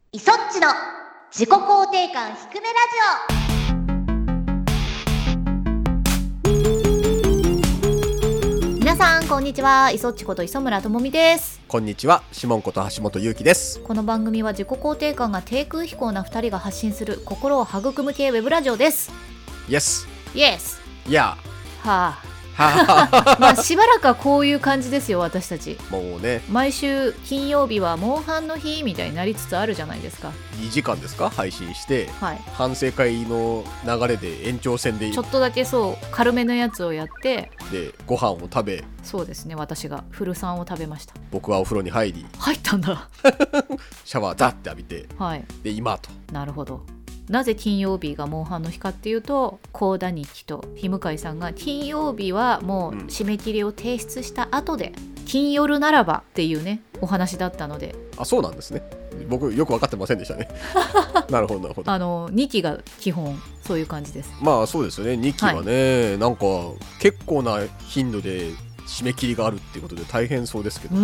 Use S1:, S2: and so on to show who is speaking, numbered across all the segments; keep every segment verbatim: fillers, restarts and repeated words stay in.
S1: イソッチの自己肯定感低めラジオ。皆さんこんにちは。イソッチこと磯村智美です。
S2: こんにちは。シモンこと橋本優希です。
S1: この番組は自己肯定感が低空飛行なふたりが発信する心を育む系ウェブラジオです。
S2: イエス
S1: イエス
S2: いや
S1: はあまあしばらくはこういう感じですよ。私たち
S2: もうね、
S1: 毎週金曜日はモンハンの日みたいになりつつあるじゃないですか。
S2: にじかんですか配信して、
S1: はい、
S2: 反省会の流れで延長戦で
S1: ちょっとだけそう軽めのやつをやって、
S2: でご飯を食べ、
S1: そうですね、私がフルサンを食べました。
S2: 僕はお風呂に入り
S1: 入ったんだ
S2: シャワーダッて浴びて、
S1: はい、
S2: で今と。
S1: なるほど。なぜ金曜日がモンハンの日かっていうと、コーダ日記と日向井さんが金曜日はもう締め切りを提出した後で、うん、金夜ならばっていうねお話だったので。
S2: あ、そうなんですね。僕よく分かってませんでしたねなるほどなるほど。
S1: あのにきが基本そういう感じです。
S2: まあそうですよね。にきはね、はい、なんか結構な頻度で締め切りがあるっていうことで大変そうですけど、うん、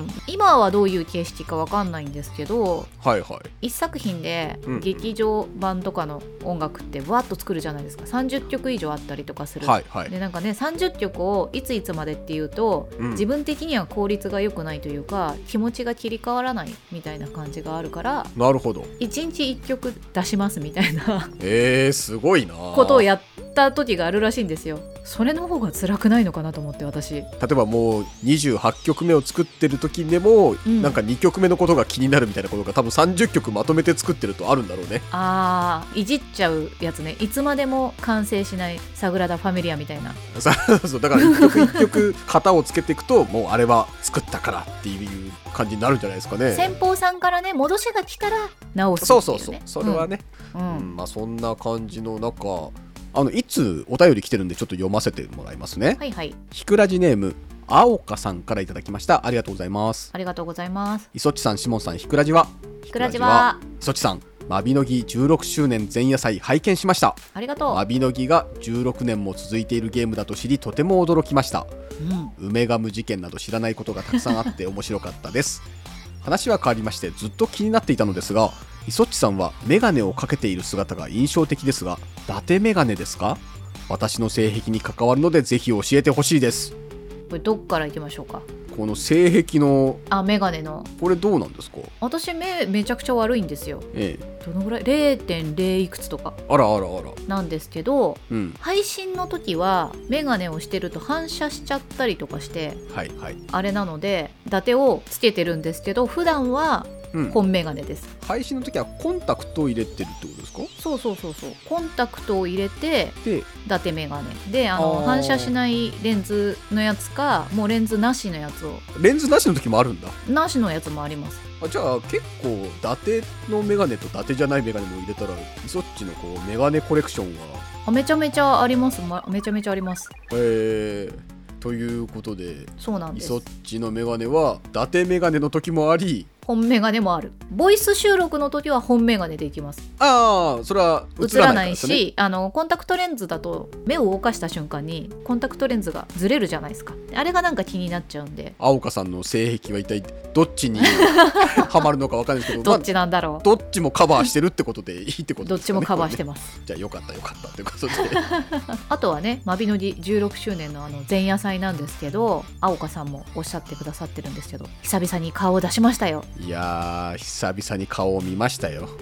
S1: 今はどういう形式か分かんないんですけど、
S2: はいはい、
S1: 一作品で劇場版とかの音楽ってわっと作るじゃないですか。さんじゅっきょく以上あったりとかする、はいはい、でなんかねさんじゅっきょくをいついつまでっていうと、うん、自分的には効率が良くないというか気持ちが切り替わらないみたいな感じがあるから、
S2: なるほど、
S1: いちにちいっきょく出しますみたいな
S2: えー、すごいな
S1: ことをやった時があるらしいんですよ。それの方が辛くないのかなと思って。私
S2: 例えばもうにじゅうはちきょくめを作ってる時でも、うん、なんかにきょくめのことが気になるみたいなことが多分さんじゅっきょくまとめて作ってるとあるんだろうね。
S1: あー、いじっちゃうやつね。いつまでも完成しないサグラダ・ファミリアみたいな
S2: そうだからいっきょくいっきょく型をつけていくともうあれは作ったからっていう感じになるんじゃないですかね。
S1: 先方さんからね戻しが来たら直すっていうね。
S2: そうそうそう、それはね、うんうん、まあそんな感じの中、あのいつお便り来てるんでちょっと読ませてもらいますね。
S1: はいはい。
S2: ひくらじネーム青香さんからいただきました。ありがとうございます。
S1: ありがとうございます。
S2: いそっちさん、しもんさん、ひくらじは。
S1: ひくらじは。
S2: いそっちさん、まびのぎじゅうろくしゅうねん前夜祭拝見しました。
S1: ありがとう。
S2: まびのぎがじゅうろくねんも続いているゲームだと知りとても驚きました、うん、梅ガム事件など知らないことがたくさんあって面白かったです話は変わりまして、ずっと気になっていたのですが、いそっちさんはメガネをかけている姿が印象的ですが、伊達メガネですか？私の性癖に関わるのでぜひ教えてほしいです。
S1: これどっからいきましょうか。
S2: この性癖の
S1: あメガネの
S2: これどうなんですか？
S1: 私目めちゃくちゃ悪いんですよ、ええ、どのぐらい れいてんれい いくつとか
S2: あらあらあら
S1: なんですけど、
S2: うん、
S1: 配信の時はメガネをしてると反射しちゃったりとかして、
S2: はいはい、
S1: あれなので伊達をつけてるんですけど、普段は本メガネです、
S2: うん、配信の時はコンタクトを入れてるってことですか？
S1: そうそうそうそう、コンタクトを入れてで伊達メガネで、あの反射しないレンズのやつか、もうレンズなしのやつを。
S2: レンズなしの時もあるんだ。
S1: なしのやつもあります。
S2: あ、じゃあ結構伊達のメガネと伊達じゃないメガネも入れたら、イソッチのこうメガネコレクションが
S1: あめちゃめちゃあります、ま、めちゃめちゃあります。
S2: へー、ということで、
S1: そうなんです。
S2: イソッチのメガネは伊達メガネの時もあり、
S1: 本メガネもある。ボイス収録の時は本メガネでいきます。
S2: ああ、それは映らないからですね。
S1: 映らないし、あのコンタクトレンズだと目を動かした瞬間にコンタクトレンズがずれるじゃないですか。あれがなんか気になっちゃうんで。
S2: 青香さんの性癖は一体どっちにハマるのか分かんないですけど
S1: どっちなんだろう、まあ、
S2: どっちもカバーしてるってことでいいってことですかね。
S1: どっちもカバーしてます、
S2: ね、じゃあよかったよかったってことで
S1: あとはね、まびのぎじゅうろくしゅうねん の, あの前夜祭なんですけど、青香さんもおっしゃってくださってるんですけど、久々に顔を出しましたよ。
S2: いやー、久々に顔を見ましたよ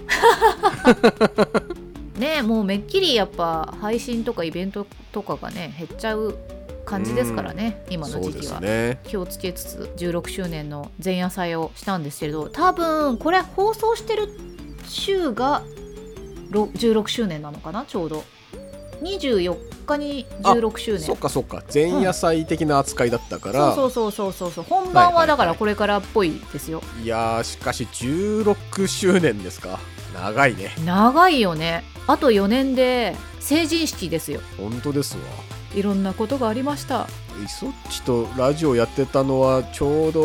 S1: ねえ、もうめっきりやっぱ配信とかイベントとかがね減っちゃう感じですからね、今の時期は、ね、気をつけつつじゅうろくしゅうねんの前夜祭をしたんですけれど、多分これ放送してる週がじゅうろくしゅうねんなのかな。ちょうどにじゅうよっかにじゅうろくしゅうねん。
S2: そっかそっか、前夜祭的な扱いだったから、
S1: うん、そうそうそうそうそう、本番はだからこれからっぽいですよ、
S2: はいはいはい、いやー、しかしじゅうろくしゅうねんですか。長いね。
S1: 長いよね。あとよねんで成人式ですよ。
S2: 本当ですわ。
S1: いろんなことがありました。
S2: イソッチとラジオやってたのはちょうど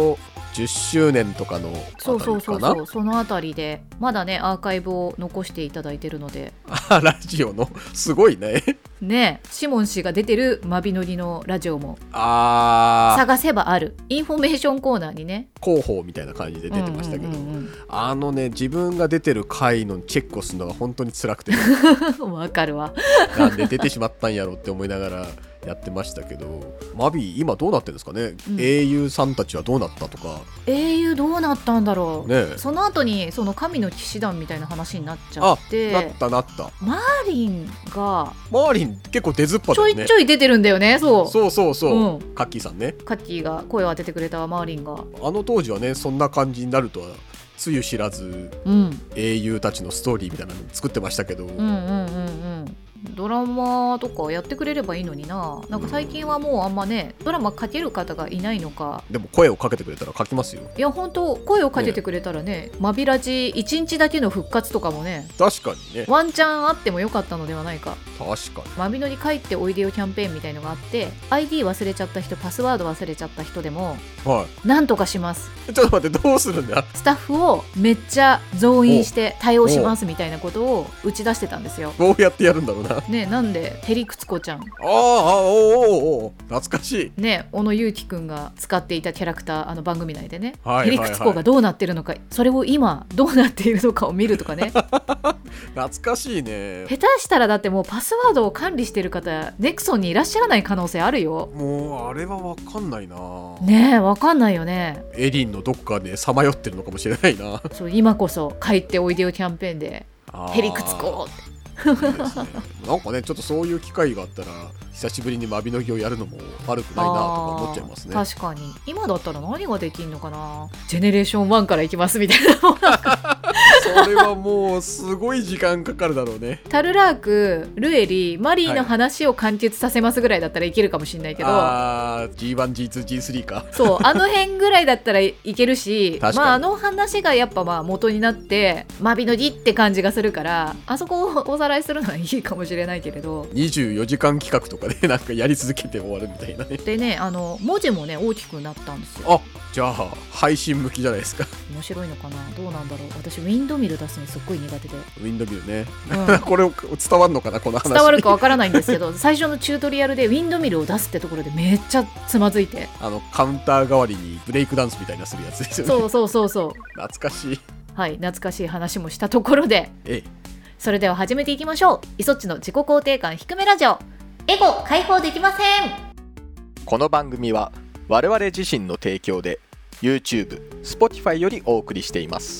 S2: じゅっしゅうねんとかのあたりかな。
S1: そうそうそうそう、そのあたりでまだねアーカイブを残していただいてるので
S2: あラジオのすごいね
S1: ねえ、シモン氏が出てるマビノリのラジオも
S2: あ
S1: 探せばある。インフォメーションコーナーにね
S2: 広報みたいな感じで出てましたけど、
S1: うんうんうんうん、
S2: あのね自分が出てる回のチェックをするのが本当に辛くて
S1: わかるわ
S2: なんで出てしまったんやろって思いながらやってましたけど、マビー今どうなってるんですかね、うん、英雄さんたちはどうなったとか。
S1: 英雄どうなったんだろう、
S2: ね、
S1: その後にその神の騎士団みたいな話になっちゃって。
S2: あなったなった。
S1: マーリンが
S2: マーリン結構出ずっぱだよね。
S1: ちょいちょい出てるんだよね。そう
S2: そうそうそう、うん、カッキーさんね。
S1: カッキーが声を当ててくれたマーリンが
S2: あの当時はねそんな感じになるとはつゆ知らず、うん、英雄たちのストーリーみたいなの作ってましたけど、うんうんうんうん
S1: ドラマとかやってくれればいいのにな。なんか最近はもうあんまねドラマ書ける方がいないのか。
S2: でも声をかけてくれたら書きますよ。
S1: いや本当声をかけてくれたらねマビラジいちにちだけの復活とかもね
S2: 確かにね
S1: ワンチャンあってもよかったのではないか。
S2: 確かに
S1: マビノリ帰っておいでよキャンペーンみたいのがあって アイディー 忘れちゃった人パスワード忘れちゃった人でも、はい、なんとかします。
S2: ちょっと待ってどうするんだ。
S1: スタッフをめっちゃ増員して対応しますみたいなことを打ち出してたんですよ。
S2: どうやってやるんだろうな。
S1: ねなんでヘリクツコちゃん、あ
S2: あおお懐かし
S1: いね、小野裕貴くんが使っていたキャラクターあの番組内でね、はいはいはい、ヘリクツコがどうなってるのかそれを今どうなっているのかを見るとかね
S2: 懐かしいね。
S1: 下手したらだってもうパスワードを管理してる方ネクソンにいらっしゃらない可能性あるよ。
S2: もうあれは分かんないな。
S1: ねえ分かんないよね。
S2: エリンのどっかでさまよってるのかもしれないな。
S1: そう今こそ帰っておいでよキャンペーンでヘリクツコって
S2: いいですね、なんかねちょっとそういう機会があったら久しぶりにマビノギをやるのも悪くないなとか思っちゃいますね。
S1: 確かに今だったら何ができんのかな。ジェネレーションワンからいきますみたいな
S2: それはもうすごい時間かかるだろうね。
S1: タルラーク、ルエリ、マリーの話を完結させますぐらいだったらいけるかもしれないけど、
S2: あー ジーワン、ジーツー、ジースリー か。
S1: そうあの辺ぐらいだったらいけるしまああの話がやっぱまあ元になってマビノギって感じがするからあそこをおさらいするのはいいかもしれないけれど、
S2: にじゅうよじかん企画とかでなんかやり続けて終わるみたいなね。
S1: でねあの文字もね大きくなったんですよ。
S2: あじゃあ配信向きじゃないですか。
S1: 面白いのかなどうなんだろう。私ウィンドミル出すのすっごい苦手で。
S2: ウィンドミルね、うん、これ伝わるのかなこの話。
S1: 伝わるかわからないんですけど最初のチュートリアルでウィンドミルを出すってところでめっちゃつまずいて、
S2: あのカウンター代わりにブレイクダンスみたいなするやつですよね。
S1: そうそうそうそう
S2: 懐かしい。
S1: はい懐かしい話もしたところで、ええ、それでは始めていきましょう。イソッチの自己肯定感低めラジオ、エゴ解放できません。
S2: この番組は我々自身の提供で YouTube、Spotify よりお送りしています。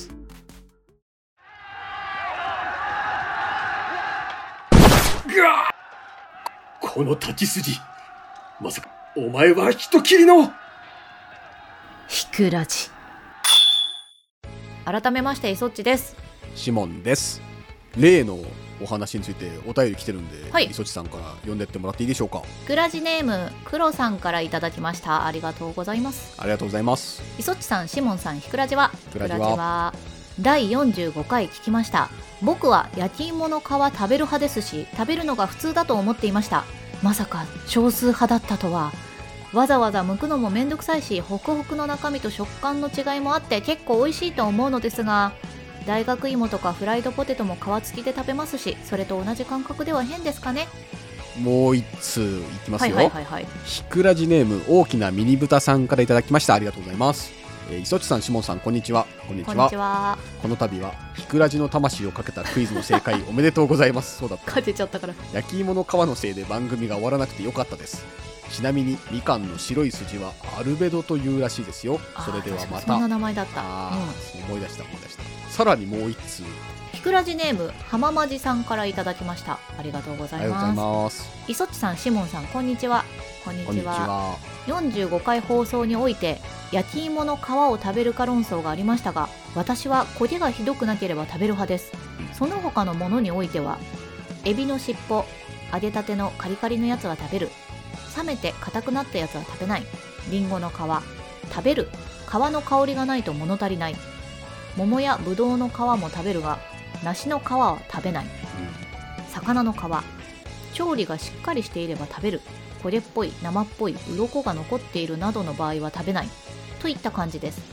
S3: この立ち筋、まさかお前は人斬りの
S1: ひくラジ。改めましてイソッチです。
S2: シモンです。例のお話についてお便り来てるんで、はい、イソッチさんから読んでってもらっていいでしょうか。
S1: ひくラジネームクロさんからいただきました。ありがとうございます。
S2: ありがとうございます。
S1: イソッチさん、シモンさん、ひくラジはひくラジはだいよんじゅうごかい聞きました。僕は焼き芋の皮食べる派ですし、食べるのが普通だと思っていました。まさか少数派だったとは。わざわざ剥くのもめんどくさいし、ホクホクの中身と食感の違いもあって結構美味しいと思うのですが、大学芋とかフライドポテトも皮付きで食べますし、それと同じ感覚では変ですかね。
S2: もう一通いきますよ。
S1: はいはいはいはい、
S2: ひくラジネーム大きなミニブタさんからいただきました。ありがとうございます。えー、イソッチさん、シモンさん、こんにちは。
S1: こんにちは。こんにちは。
S2: この度はひくラジの魂をかけたクイズの正解おめでとうございます。そうだった。
S1: 勝てちゃったから。
S2: 焼き芋の皮のせいで番組が終わらなくてよかったです。ちなみにみかんの白い筋はアルベドというらしいですよ。それではまた。
S1: そんな名前だった。
S2: あ、うん、思い出した思い出した。さらにもう一通。
S1: ひくラジネーム浜まじさんからいただきました。ありがとうございます。
S2: ありがとうございます。
S1: イソッチさん、シモンさん、こんにちは。こんにちは。
S2: こんにちは。
S1: よんじゅうごかい放送において焼き芋の皮を食べるか論争がありましたが、私は焦げがひどくなければ食べる派です。その他のものにおいてはエビの尻尾、揚げたてのカリカリのやつは食べる、冷めて硬くなったやつは食べない、リンゴの皮食べる、皮の香りがないと物足りない、桃やぶどうの皮も食べるが梨の皮は食べない、魚の皮、調理がしっかりしていれば食べる、焦げっぽい生っぽい鱗が残っているなどの場合は食べないといった感じです。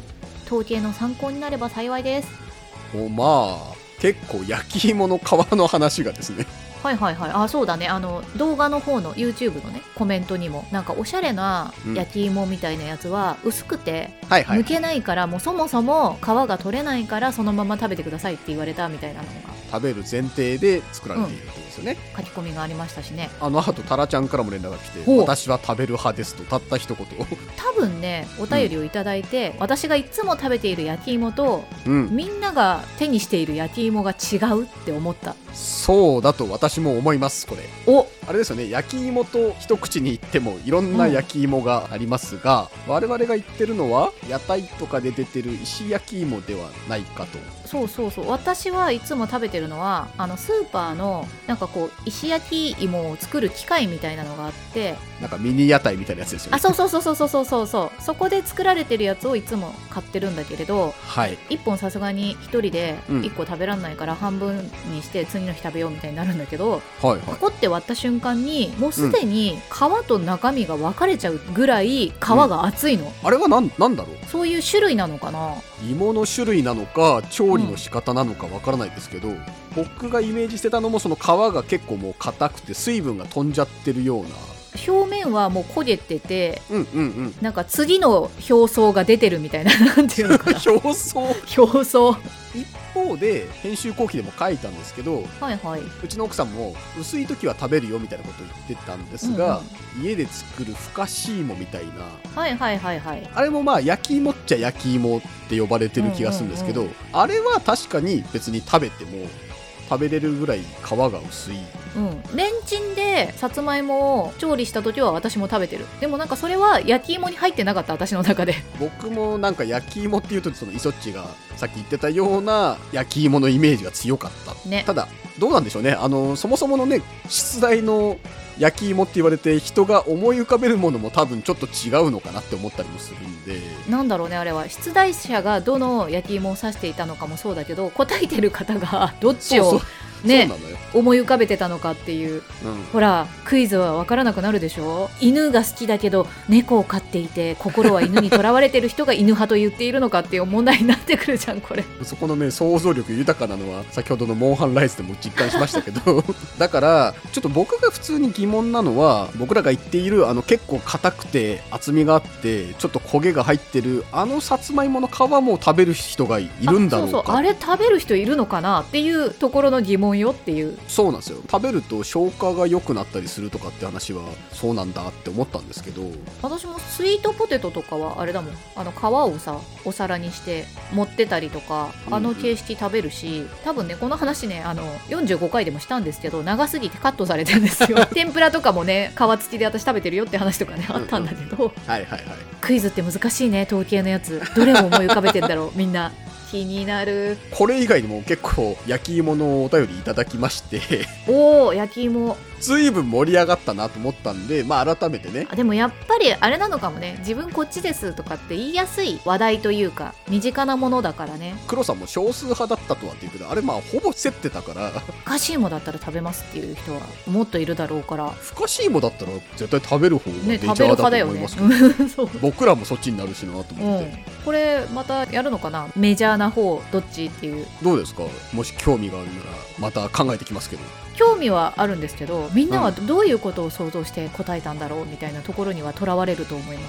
S1: 統計の参考になれば幸いです。
S2: おまあ結構焼き芋の皮の話がですね
S1: はいはいはい、あ、そうだね、あの動画の方の YouTube のねコメントにもなんかおしゃれな焼き芋みたいなやつは薄くて剥けないから、もうそもそも皮が取れないからそのまま食べてくださいって言われたみたいなのが
S2: 食べる前提で作られているってですよね、
S1: うん、書き込みがありましたしね。
S2: あの後タラちゃんからも連絡が来て、私は食べる派ですとたった一言
S1: 多分ねお便りをいただいて、うん、私がいつも食べている焼き芋と、うん、みんなが手にしている焼き芋が違うって思った。
S2: そうだと私も思います。これ
S1: お
S2: あれですよね、焼き芋と一口に言ってもいろんな焼き芋がありますが、うん、我々が言ってるのは屋台とかで出てる石焼き芋ではないかと。
S1: そうそうそう、私はいつも食べてるのはあのスーパーのなんかこう石焼き芋を作る機械みたいなのがあって、なん
S2: かミニ屋台みたいなやつですよね。
S1: あ、そうそうそうそうそうそうそうそこで作られてるやつをいつも買ってるんだけれど、
S2: はい、
S1: いっぽんさすがにひとりでいっこ食べらんないから半分にして次の日食べようみたいになるんだけど、
S2: はいはい、
S1: パコって割った瞬間にもうすでに皮と中身が分かれちゃうぐらい皮が厚いの、うん、
S2: あれは何なんだろう、
S1: そういう種類なのかな、
S2: 芋の種類なのか調理の仕方なのかわからないですけど、うん、僕がイメージしてたのもその皮が結構もう硬くて水分が飛んじゃってるような、
S1: 表面はもう焦げてて、
S2: うんうんうん、
S1: なんか次の表層が出てるみたいななんていうのかな
S2: 表層
S1: 表層
S2: 一方で編集後期でも書いたんですけど、
S1: はいはい、
S2: うちの奥さんも薄い時は食べるよみたいなことを言ってたんですが、うんうん、家で作るふかし芋みたいな、
S1: はいはいはいはい、
S2: あれもまあ焼き芋っちゃ焼き芋って呼ばれてる気がするんですけど、うんうんうん、あれは確かに別に食べても食べれるぐらい皮が薄い、
S1: うん、レンチンでさつまいもを調理した時は私も食べてる。でもなんかそれは焼き芋に入ってなかった、私の中で。
S2: 僕もなんか焼き芋っていうとそのイソッチがさっき言ってたような焼き芋のイメージが強かった、ね、ただどうなんでしょうね、あのそもそものね出題の焼き芋って言われて人が思い浮かべるものも多分ちょっと違うのかなって思ったりもするんで、
S1: なんだろうね、あれは出題者がどの焼き芋を指していたのかもそうだけど、答えてる方がどっちを
S2: そうそう
S1: ね、思い浮かべてたのかっていう、うん、ほらクイズは分からなくなるでしょ。犬が好きだけど猫を飼っていて心は犬にとらわれてる人が犬派と言っているのかっていう問題になってくるじゃんこれ。
S2: そこのね想像力豊かなのは先ほどのモンハンライズでも実感しましたけどだからちょっと僕が普通に疑問なのは、僕らが言っているあの結構硬くて厚みがあってちょっと焦げが入ってるあのさつまいもの皮も食べる人がいるんだろうか、
S1: あ、そうそう、あれ食べる人いるのかなっていうところの疑問よっていう。
S2: そうなんですよ、食べると消化が良くなったりするとかって話はそうなんだって思ったんですけど、私
S1: もスイートポテトとかはあれだもん、あの皮をさお皿にして持ってたりとかあの形式食べるし、うんうん、多分ねこの話ねあのよんじゅうごかいでもしたんですけど長すぎてカットされてるんですよ天ぷらとかもね皮付きで私食べてるよって話とかねあったんだけど、うんうん、
S2: はいはいはい、
S1: クイズって難しいね、統計のやつどれを思い浮かべてんだろうみんな気になる。
S2: これ以外にも結構焼き芋のお便りいただきまして
S1: おー、焼き芋
S2: ずいぶん盛り上がったなと思ったんで、まあ改めてね。
S1: でもやっぱりあれなのかもね、自分こっちですとかって言いやすい話題というか身近なものだからね。
S2: 黒さんも少数派だったとはっていうけど、あれまあほぼ競ってたから
S1: ふかし芋だったら食べますっていう人はもっといるだろうから、
S2: ふかし芋だったら絶対食べる方がメジャーだと思いますけど、ねね、僕らもそっちになるしなと思って、うん、
S1: これまたやるのかな、メジャーな方どっちっていう。
S2: どうですか、もし興味があるならまた考えてきますけど。
S1: 興味はあるんですけど、みんなはどういうことを想像して答えたんだろうみたいなところにはとらわれると思い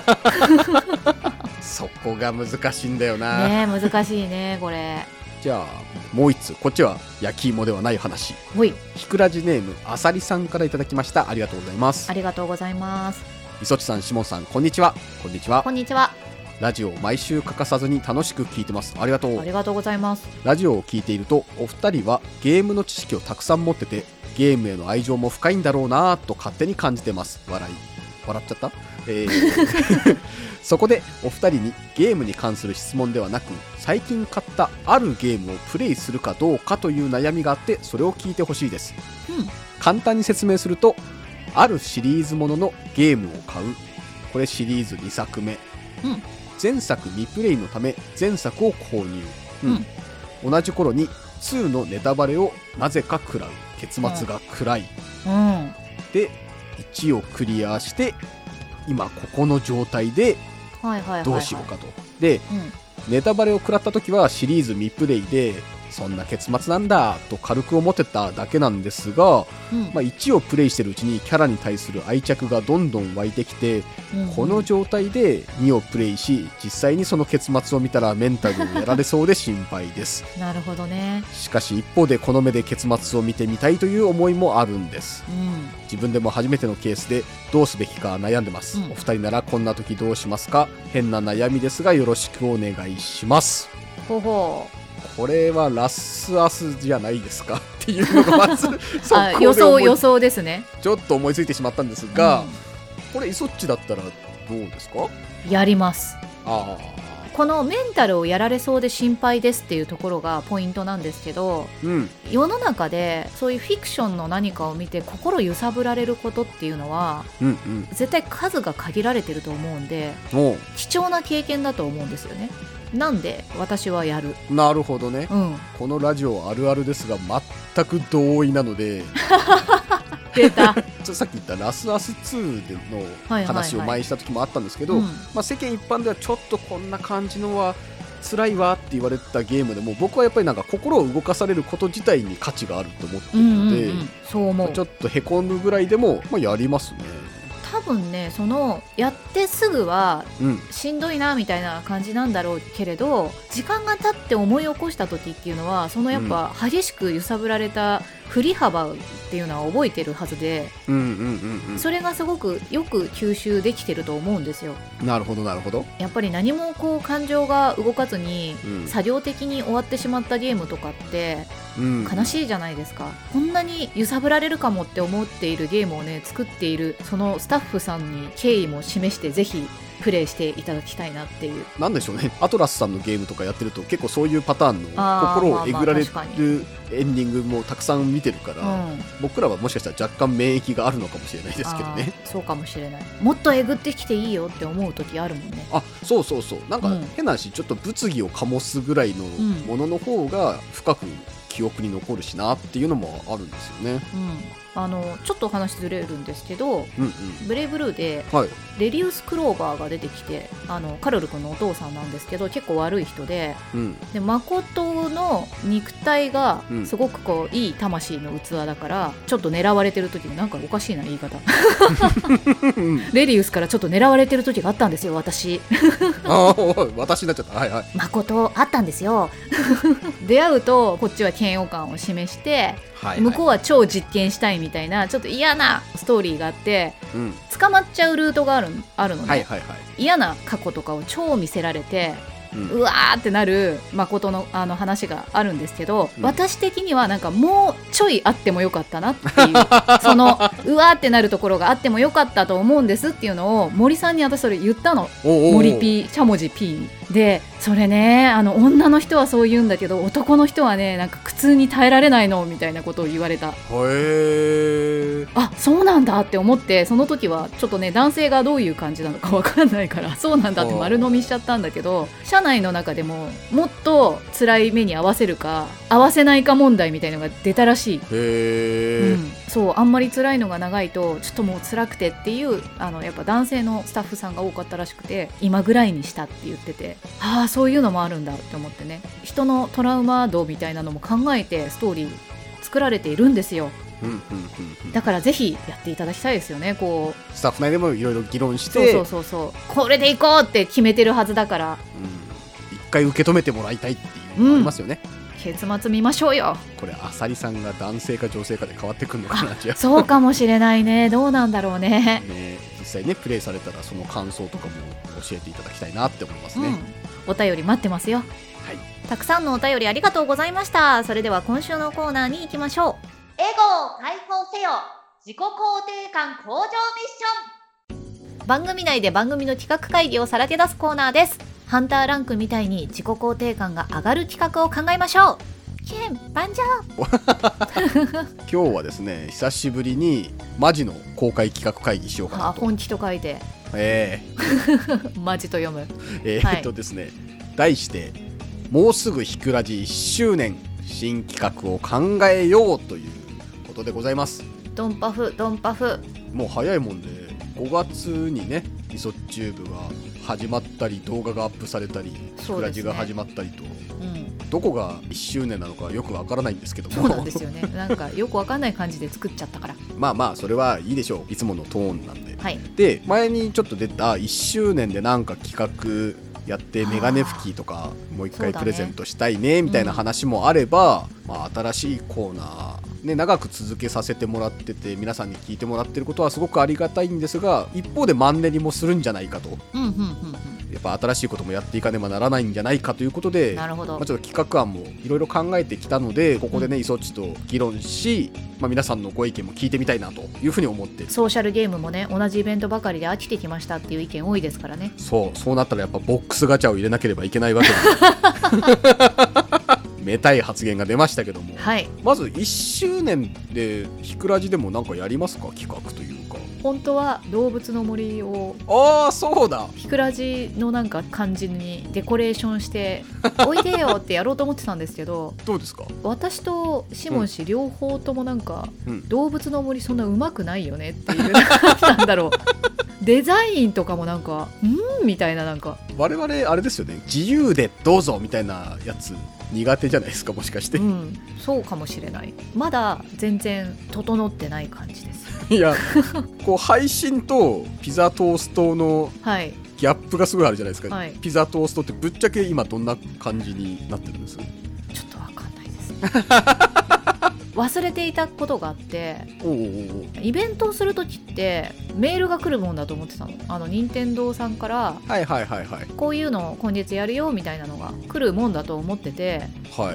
S2: ますそこが難しいんだよな。
S1: ねえ、難しいねこれ。
S2: じゃあもう一つ、こっちは焼き芋ではない話。
S1: ほい。
S2: ひくらじネームあさりさんからいただきました。ありがとうございます。
S1: ありがとうございます。
S2: 磯地さん、しもんさん、こんにちは。こんにちは。
S1: こんにちは。
S2: ラジオを毎週欠かさずに楽しく聞いてます。ありがとう。
S1: ありがとうございます。
S2: ラジオを聞いているとお二人はゲームの知識をたくさん持ってて、ゲームへの愛情も深いんだろうなと勝手に感じてます。笑い笑っちゃった、えー、そこでお二人にゲームに関する質問ではなく、最近買ったあるゲームをプレイするかどうかという悩みがあって、それを聞いてほしいです、うん、簡単に説明すると、あるシリーズもののゲームを買う。これシリーズにさくめ、うん、前作未プレイのため前作を購入、うんうん、同じ頃ににのネタバレをなぜか食らう。結末が暗い、うん、でいちをクリアして今ここの状態でどうしようかと、はいはいはいはい、で、 ネタバレを食らった時はシリーズ未プレイでそんな結末なんだと軽く思ってただけなんですが、うんまあ、いちをプレイしてるうちにキャラに対する愛着がどんどん湧いてきて、うんうん、この状態でにをプレイし実際にその結末を見たらメンタルをやられそうで心配です
S1: なるほどね。
S2: しかし一方でこの目で結末を見てみたいという思いもあるんです、うん、自分でも初めてのケースでどうすべきか悩んでます、うん、お二人ならこんな時どうしますか。変な悩みですがよろしくお願いします。
S1: ほほう、
S2: これはラスアスじゃないですかっていうのがまず
S1: あ予想予想ですね。
S2: ちょっと思いついてしまったんですが、うん、これイソッチだったらどうですか。
S1: やります。
S2: あ
S1: このメンタルをやられそうで心配ですっていうところがポイントなんですけど、うん、世の中でそういうフィクションの何かを見て心揺さぶられることっていうのは、うんうん、絶対数が限られてると思うんで貴重な経験だと思うんですよね。なんで私はやる。
S2: なるほどね、うん、このラジオあるあるですが全く同意なので
S1: 出た
S2: さっき言ったラスアスツーでの話を前にした時もあったんですけど、はいはいはいまあ、世間一般ではちょっとこんな感じのは辛いわって言われてたゲームでも僕はやっぱりなんか心を動かされること自体に価値があると思っているので、うんうんうん、そう思う。ちょっとへこむぐらいでも、まあ、やりますね。
S1: 多分ねそのやってすぐはしんどいなみたいな感じなんだろうけれど、うん、時間が経って思い起こした時っていうのはそのやっぱ激しく揺さぶられた振り幅っていうのは覚えてるはずで、うんうんうんうん、それがすごくよく吸収できてると思うんですよ。
S2: なるほどなるほど。
S1: やっぱり何もこう感情が動かずに、うん、作業的に終わってしまったゲームとかって悲しいじゃないですか、うん、こんなに揺さぶられるかもって思っているゲームをね作っているそのスタッフさんに敬意も示してぜひプレイしていただきたいなっていう。
S2: なんでしょうね、アトラスさんのゲームとかやってると結構そういうパターンの心をえぐられるエンディングもたくさん見てるから、うん、僕らはもしかしたら若干免疫があるのかもしれないですけどね。
S1: そうかもしれない。もっとえぐってきていいよって思う時あるもんね。
S2: あ、そうそうそう、なんか変な話、うん、ちょっと物議を醸すぐらいのものの方が深く記憶に残るしなっていうのもあるんですよね、
S1: うん、あのちょっと話ずれるんですけど、うんうん、ブレイブルーで、はい、レディウス・クローバーが出てきて、あのカルル君のお父さんなんですけど結構悪い人で、うん、で誠の肉体がすごくこういい魂の器だからちょっと狙われてる時になんかおかしいな言い方レディウスからちょっと狙われてる時があったんですよ私
S2: あ私になっちゃった、はいはい、
S1: 誠あったんですよ出会うとこっちは嫌悪感を示して、はいはい、向こうは超実験したいみたいなちょっと嫌なストーリーがあって、うん、捕まっちゃうルートがある、あるので、はいはいはい、嫌な過去とかを超見せられて、うん、うわーってなる誠の、あの話があるんですけど、うん、私的にはなんかもうちょいあってもよかったなっていうそのうわーってなるところがあってもよかったと思うんですっていうのを森さんに私それ言ったの。おうおう森 P しゃもじ P で、それねあの女の人はそう言うんだけど男の人はねなんか苦痛に耐えられないのみたいなことを言われた。へー、あ、そうなんだって思って、その時はちょっとね男性がどういう感じなのか分かんないからそうなんだって丸飲みしちゃったんだけど、社内の中でももっと辛い目に合わせるか合わせないか問題みたいなのが出たらしい。へー、うん、そう、あんまり辛いのが長いとちょっともう辛くてっていうあのやっぱ男性のスタッフさんが多かったらしくて、今ぐらいにしたって言ってて、ああそういうのもあるんだって思ってね、人のトラウマ度みたいなのも考えてストーリー作られているんですよ。うんうんうんうん、だからぜひやっていただきたいですよね。こう
S2: スタッフ内でもいろいろ議論して
S1: そうそうそうそうこれでいこうって決めてるはずだから、うん、
S2: 一回受け止めてもらいたいっていうのがありますよね、
S1: うん、結末見ましょうよ。
S2: これあさりさんが男性か女性かで変わってくるのかな。
S1: そうかもしれないね。どうなんだろう ね,
S2: ね実際ねプレイされたらその感想とかも教えていただきたいなって思いますね、
S1: うん、お便り待ってますよ。はい、たくさんのお便りありがとうございました。それでは今週のコーナーに行きましょう。エゴを解放せよ、自己肯定感向上ミッション。番組内で番組の企画会議をさらけ出すコーナーです。ハンターランクみたいに自己肯定感が上がる企画を考えましょう。ケンバンジャー
S2: 今日はですね久しぶりにマジの公開企画会議しようかなと。あ、
S1: 本気と書いて
S2: ええ
S1: ー、マジと読む。
S2: えー、っとですね、はい、題してもうすぐひくラジいっしゅうねん新企画を考えようということでございます。
S1: ドンパフドンパフ。
S2: もう早いもんでごがつにねイソッチューブが始まったり動画がアップされたりひくらじが始まったりと、うん、どこがいっしゅうねんなのかよくわからないんですけども。
S1: そうなんですよね。なんかよくわかんない感じで作っちゃったから
S2: まあまあそれはいいでしょう、いつものトーンなんで、
S1: はい、
S2: で前にちょっと出たいっしゅうねんでなんか企画やってメガネ拭きとかもう一回プレゼントしたいねみたいな話もあれば、うん、まあ、新しいコーナー、ね、長く続けさせてもらってて皆さんに聞いてもらってることはすごくありがたいんですが、一方でマンネリもするんじゃないかと、うんうんうんうん、やっぱ新しいこともやっていかねばならないんじゃないかということで、
S1: なるほど、
S2: まあ、ちょっと企画案もいろいろ考えてきたのでここでね、うん、イソッチと議論し、まあ、皆さんのご意見も聞いてみたいなというふうに思ってる。
S1: ソーシャルゲームもね同じイベントばかりで飽きてきましたっていう意見多いですからね。
S2: そうそうなったらやっぱボックスガチャを入れなければいけないわけでめたい発言が出ましたけども、
S1: はい、
S2: まずいっしゅうねんでひくらじでもなんかやりますか、企画というか。
S1: 本当は動物の森を
S2: ああそうだ
S1: ひくらじのなんか感じにデコレーションしておいでよってやろうと思ってたんですけど
S2: どうですか。
S1: 私とシモン氏両方ともなんか、うん、動物の森そんな上手くないよねっていうなんだろうデザインとかもなんかんみたいな、なんか
S2: 我々あれですよね、自由でどうぞみたいなやつ苦手じゃないですか、もしかして。うん、
S1: そうかもしれない。まだ全然整ってない感じです。
S2: いやこう配信とピザトーストのギャップがすごいあるじゃないですか、はい、ピザトーストってぶっちゃけ今どんな感じになってるんです？
S1: ちょっとわかんないです忘れていたことがあって、おうおうおう、イベントをするときってメールが来るもんだと思ってたの。あの任天堂さんから、はいはいはいはい、こういうのを今月やるよみたいなのが来るもんだと思ってて、はい、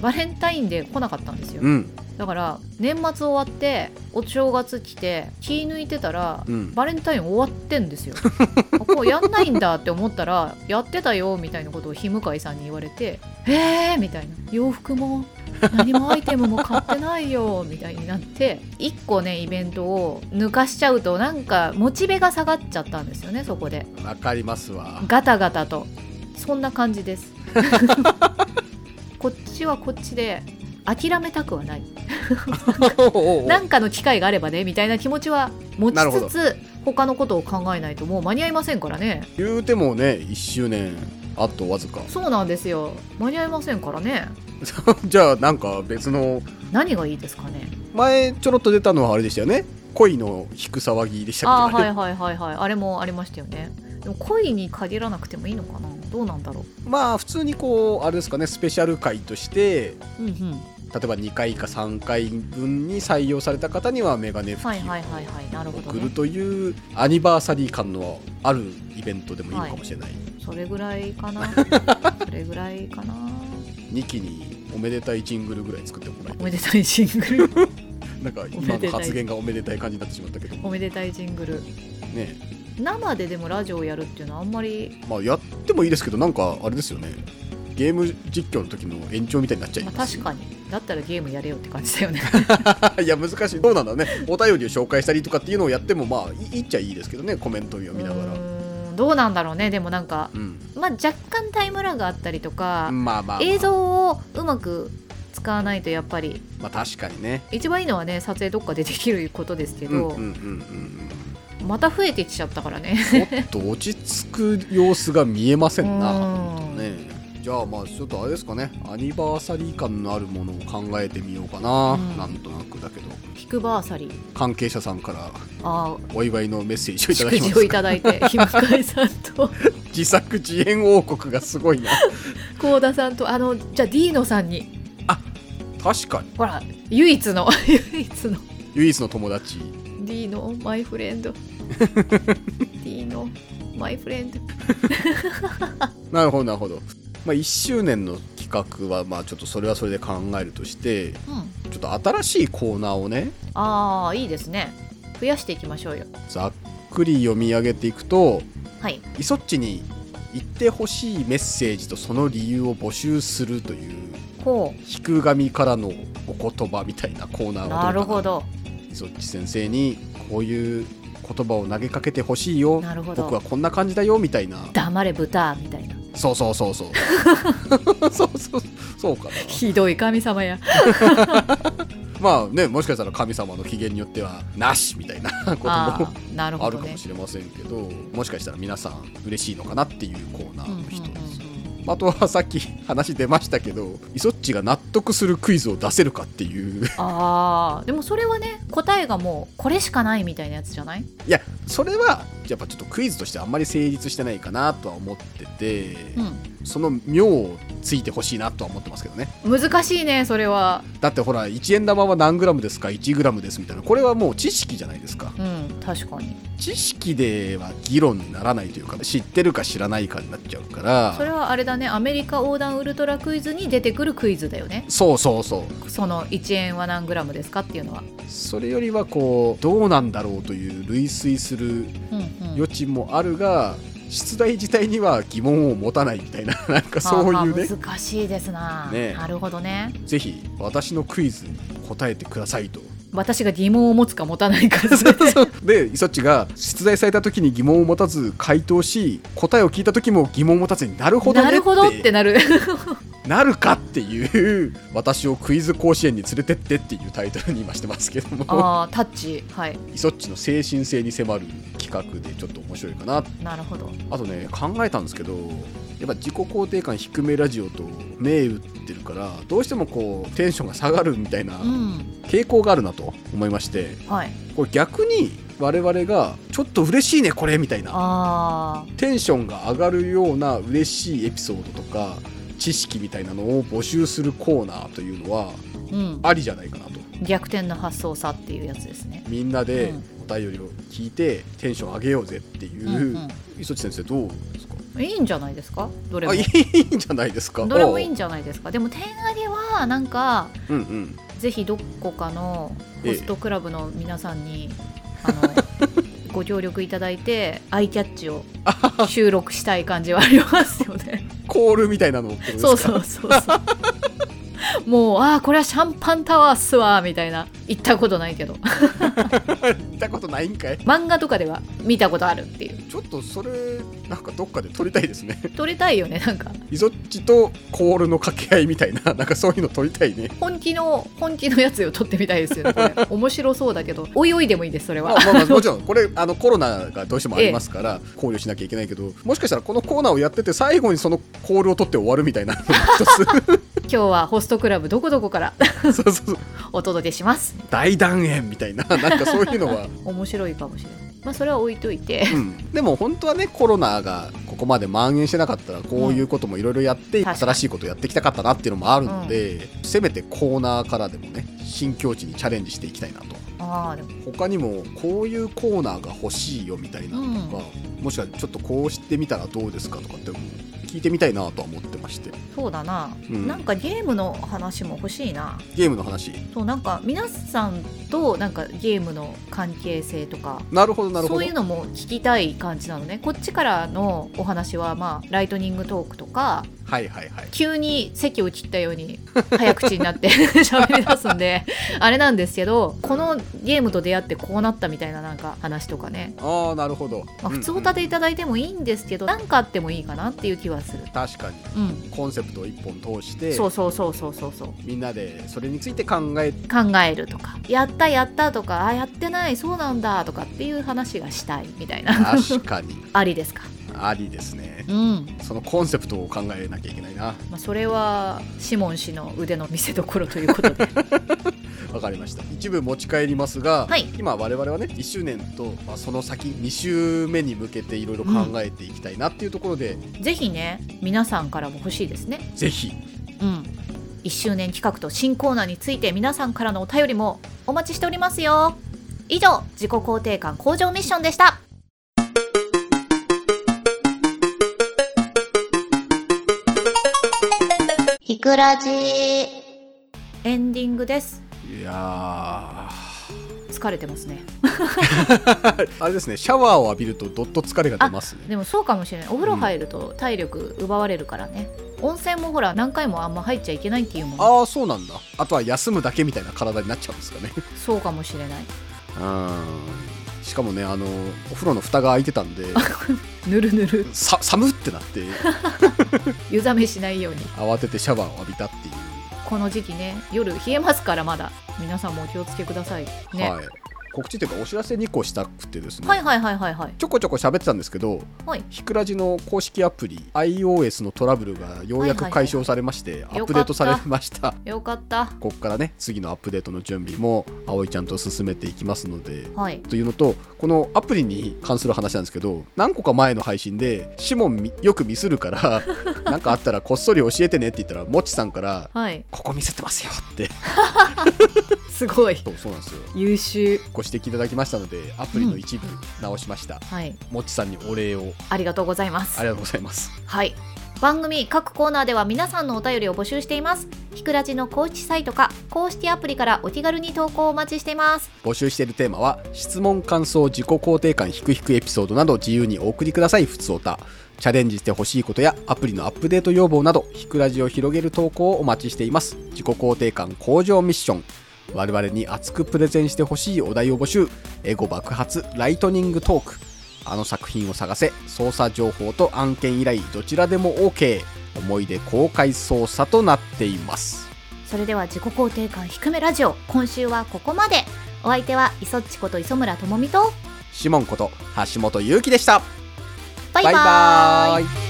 S1: バレンタインで来なかったんですよ、うん、だから年末終わってお正月来て気抜いてたら、うん、バレンタイン終わってんですよこうやんないんだって思ったらやってたよみたいなことを日向井さんに言われてえーみたいな、洋服も何もアイテムも買ってないよみたいになっていっこねイベントを抜かしちゃうとなんかモチベが下がっちゃったんですよね。そこで
S2: わかりますわ、
S1: ガタガタとそんな感じですこっちはこっちで諦めたくはないなんかの機会があればねみたいな気持ちは持ちつつ他のことを考えないともう間に合いませんからね。
S2: 言うてもねいっしゅうねんあとわずか。
S1: そうなんですよ、間に合いませんからね
S2: じゃあなんか別の
S1: 何がいいですかね。
S2: 前ちょろっと出たのはあれでしたよね、恋の引く騒ぎでしたっけ。
S1: あ、はいはいはいはい、あれもありましたよね。でも恋に限らなくてもいいのかな、どうなんだろ
S2: う。まあ普通にこうあれですかね、スペシャル回として、うんうん、例えばにかいかさんかいぶんに採用された方にはメガネ拭きを送るというアニバーサリー感のあるイベントでもいいのかもしれない、はい、
S1: それぐらいかなそれぐらいかな。
S2: にきにおめでたいジングルぐらい作ってもらいたい。
S1: おめでたいジングル
S2: なんか今の発言がおめでたい感じになってしまったけど、
S1: おめでたいジングルね。生ででもラジオをやるっていうのはあんまり、
S2: まあやってもいいですけど、なんかあれですよね、ゲーム実況の時の延長みたいになっちゃいます、
S1: まあ、確かにだったらゲームやれよって感じだよね
S2: いや難しい、どうなんだろうね。お便りを紹介したりとかっていうのをやってもまあいいっちゃいいですけどね、コメントを読みながら。う
S1: ーん、どうなんだろうね。でもなんか、うん、まあ若干タイムラグあったりとか、まあまあまあ、映像をうまく使わないとやっぱり、
S2: まあ確かにね、
S1: 一番いいのはね撮影どっかでできることですけど、うんうんうんうん、また増えてきちゃったからね
S2: ちょっと落ち着く様子が見えませんなね。じゃあまあちょっとあれですかね、アニバーサリー感のあるものを考えてみようかな、うん、なんとなくだけど。
S1: ヒクバーサリー
S2: 関係者さんからお祝いのメッセージをいただきます。
S1: 祝辞をいただいて日向井さんと
S2: 自作自演王国がすごいな
S1: 幸田さんと、あのじゃあディーノさんに、
S2: あ、確かに
S1: ほら唯一の唯一の
S2: 唯一の友達、
S1: ディーノマイフレンドディーノマイフレンド
S2: なるほどなるほど。まあ、いっしゅうねんの企画はまあちょっとそれはそれで考えるとして、うん、ちょっと新しいコーナーをね、
S1: ああいいですね、増やしていきましょうよ。
S2: ざっくり読み上げていくと、
S1: はい、
S2: イソッチに言ってほしいメッセージとその理由を募集するというひくがみからのお言葉みたいなコーナーがどうかな。
S1: なるほど。
S2: イソッチ先生にこういう言葉を投げかけてほしいよ、僕はこんな感じだよみたいな。
S1: 黙れ豚みたいな。
S2: そうそうそうそうそうそうそうかな。
S1: ひどい神様や
S2: まあね、もしかしたら神様の機嫌によってはなしみたいなこともあるかもしれませんけど、もしかしたら皆さん嬉しいのかなっていうコーナーの一つ、うんうんうん、あとはさっき話出ましたけど、イソッチが納得するクイズを出せるかっていう
S1: あーでもそれはね、答えがもうこれしかないみたいなやつじゃない？
S2: いや、それはやっぱちょっとクイズとしてあんまり成立してないかなとは思ってて、うん、その妙をついてほしいなとは思ってますけどね。
S1: 難しいねそれは。
S2: だってほらいちえん玉は何グラムですか、いちグラムですみたいな、これはもう知識じゃないですか。
S1: うん、確かに
S2: 知識では議論にならないというか、知ってるか知らないかになっちゃうから。
S1: それはあれだね、アメリカ横断ウルトラクイズに出てくるクイズだよね。
S2: そうそうそう、
S1: そのいちえんは何グラムですかっていうのは。
S2: それよりはこうどうなんだろうという類推する余地もあるが、うんうん、出題自体には疑問を持たないみたいな、なんかそういうね。
S1: 難しいですな、ね、なるほどね。
S2: ぜひ私のクイズに答えてくださいと。
S1: 私が疑問を持つか持たないか
S2: で、イソッチが出題された時に疑問を持たず回答し、答えを聞いた時も疑問を持たずになるほどねって
S1: なるほどってなる
S2: なるかっていう私をクイズ甲子園に連れてってっていうタイトルに今してますけども、
S1: あータッチ、はい、
S2: イソッチの精神性に迫る企画でちょっと面白いかな。
S1: なるほど。
S2: あとね、考えたんですけど、やっぱ自己肯定感低めラジオと銘打ってるから、どうしてもこうテンションが下がるみたいな傾向があるなと思いまして、うん、はい、これ逆に我々がちょっと嬉しいねこれみたいな、あテンションが上がるような嬉しいエピソードとか知識みたいなのを募集するコーナーというのは、うん、ありじゃないかなと。
S1: 逆転の発想さっていうやつですね。
S2: みんなでお便りを聞いてテンション上げようぜっていう、うんうん、磯地先生どうですか？
S1: いいんじゃないですか？どれも
S2: あいいんじゃないですか？
S1: どれもいいんじゃないですか？でも点上げはなんか、うんうん、ぜひどこかのホストクラブの皆さんに、ええ、あのご協力いただいてアイキャッチを収録したい感じはありますよね。
S2: コールみたいなのってことですか？
S1: そうそうそうそうもうあーこれはシャンパンタワーっすわみたいな。行ったことないけど
S2: 行ったことないんかい。
S1: 漫画とかでは見たことあるっていう。
S2: ちょっとそれなんかどっかで撮りたいですね。
S1: 撮りたいよね。なんか
S2: イソッチとコールの掛け合いみたいな、なんかそういうの撮りたいね。
S1: 本気の本気のやつを撮ってみたいですよね。これ面白そうだけどおいおいでもいいですそれは。
S2: まあまあ、もちろんこれあのコロナがどうしてもありますから、ええ、考慮しなきゃいけないけど、もしかしたらこのコーナーをやってて最後にそのコールを撮って終わるみたいなの一つ
S1: 今日はホストクラブどこどこからそうそうそうお届けします。
S2: 大団円みたいな、なんかそういうのは
S1: 面白いかもしれない。まあそれは置いといて、
S2: うん、でも本当はね、コロナがここまで蔓延してなかったらこういうこともいろいろやって、うん、新しいことをやっていきたかったなっていうのもあるので、うん、せめてコーナーからでもね新境地にチャレンジしていきたいなと。あでも他にもこういうコーナーが欲しいよみたいなのとか、うん、もしくはちょっとこうしてみたらどうですかとかって聞いてみたいなとは思ってまして。
S1: そうだな、うん、なんかゲームの話も欲しいな。
S2: ゲームの話、
S1: そうなんか皆さんとなんかゲームの関係性とか、
S2: なるほどなるほど、
S1: そういうのも聞きたい感じなのね。こっちからのお話はまあライトニングトークとか、
S2: はいはいはい、
S1: 急に席を切ったように早口になって喋り出すんであれなんですけど、このゲームと出会ってこうなったみたいななんか話とかね。
S2: ああなるほど、
S1: まあ、普通お立ていただいてもいいんですけど、うんうん、なんかあってもいいかなっていう気はする。
S2: 確かに、うん、コンセプトを一本通して
S1: そうそうそうそうそうそう
S2: みんなでそれについて考え
S1: 考えるとか、やったやったとか、あやってないそうなんだとかっていう話がしたいみたいな。
S2: 確かに
S1: ありですか？
S2: ありですね、
S1: うん、
S2: そのコンセプトを考えなきゃいけないな。
S1: まあ、それはシモン氏の腕の見せ所ということで
S2: わかりました。一部持ち帰りますが、はい、今我々はねいっしゅうねんと、まあ、その先に週目に向けていろいろ考えていきたいなっていうところで、
S1: うん、ぜひね皆さんからも欲しいですね。
S2: ぜひ、
S1: うん、いっしゅうねん企画と新コーナーについて皆さんからのお便りもお待ちしておりますよ。以上、自己肯定感向上ミッションでした。ひくらじエンディングです。
S2: いや
S1: 疲れてますね
S2: あれですね、シャワーを浴びるとどっと疲れが出ますね。
S1: でもそうかもしれない。お風呂入ると体力奪われるからね、うん、温泉もほら何回もあんま入っちゃいけないっていうもん。
S2: ああそうなんだ。あとは休むだけみたいな体になっちゃうんですかね。
S1: そうかもしれない。
S2: うん、しかもね、あのお風呂の蓋が開いてたんで
S1: ぬるぬる
S2: さ寒ってなって
S1: 湯冷めしないように
S2: 慌ててシャワーを浴びたっていう
S1: この時期ね、夜冷えますからまだ皆さんもお気をつけくださいね。
S2: はい、告知というかお知らせにこしたくてですね、
S1: はいはいはいはいはい、
S2: ちょこちょこ喋ってたんですけど、はい、ひくらじの公式アプリ iOS のトラブルがようやく解消されまして、はいはいはい、アップデートされました。
S1: よかった。
S2: ここからね次のアップデートの準備も葵ちゃんと進めていきますので、
S1: はい、
S2: というのと、このアプリに関する話なんですけど、何個か前の配信でシモンよくミスるからなんかあったらこっそり教えてねって言ったら、もちさんから、はい、ここミスってますよって
S1: すごい。
S2: そう、そうなんですよ。
S1: 優秀。
S2: ご指摘いただきましたのでアプリの一部直しました、うん、はい、もちさんにお礼を。
S1: ありがとうございます。
S2: ありがとうございます。
S1: はい、番組各コーナーでは皆さんのお便りを募集しています。ひくらじの公式サイトか公式アプリからお気軽に投稿をお待ちしています。
S2: 募集しているテーマは質問、感想、自己肯定感ひくひくエピソードなど自由にお送りください。ふつおた、チャレンジしてほしいことやアプリのアップデート要望などひくらじを広げる投稿をお待ちしています。自己肯定感向上ミッション、我々に熱くプレゼンしてほしいお題を募集、エゴ爆発ライトニングトーク、あの作品を探せ、捜査情報と案件依頼どちらでも OK、 思い出公開捜査となっています。
S1: それでは自己肯定感低めラジオ、今週はここまで。お相手は磯っちこと磯村智美と
S2: シモンこと橋本優希でした。
S1: バイバーイ。バイバーイ。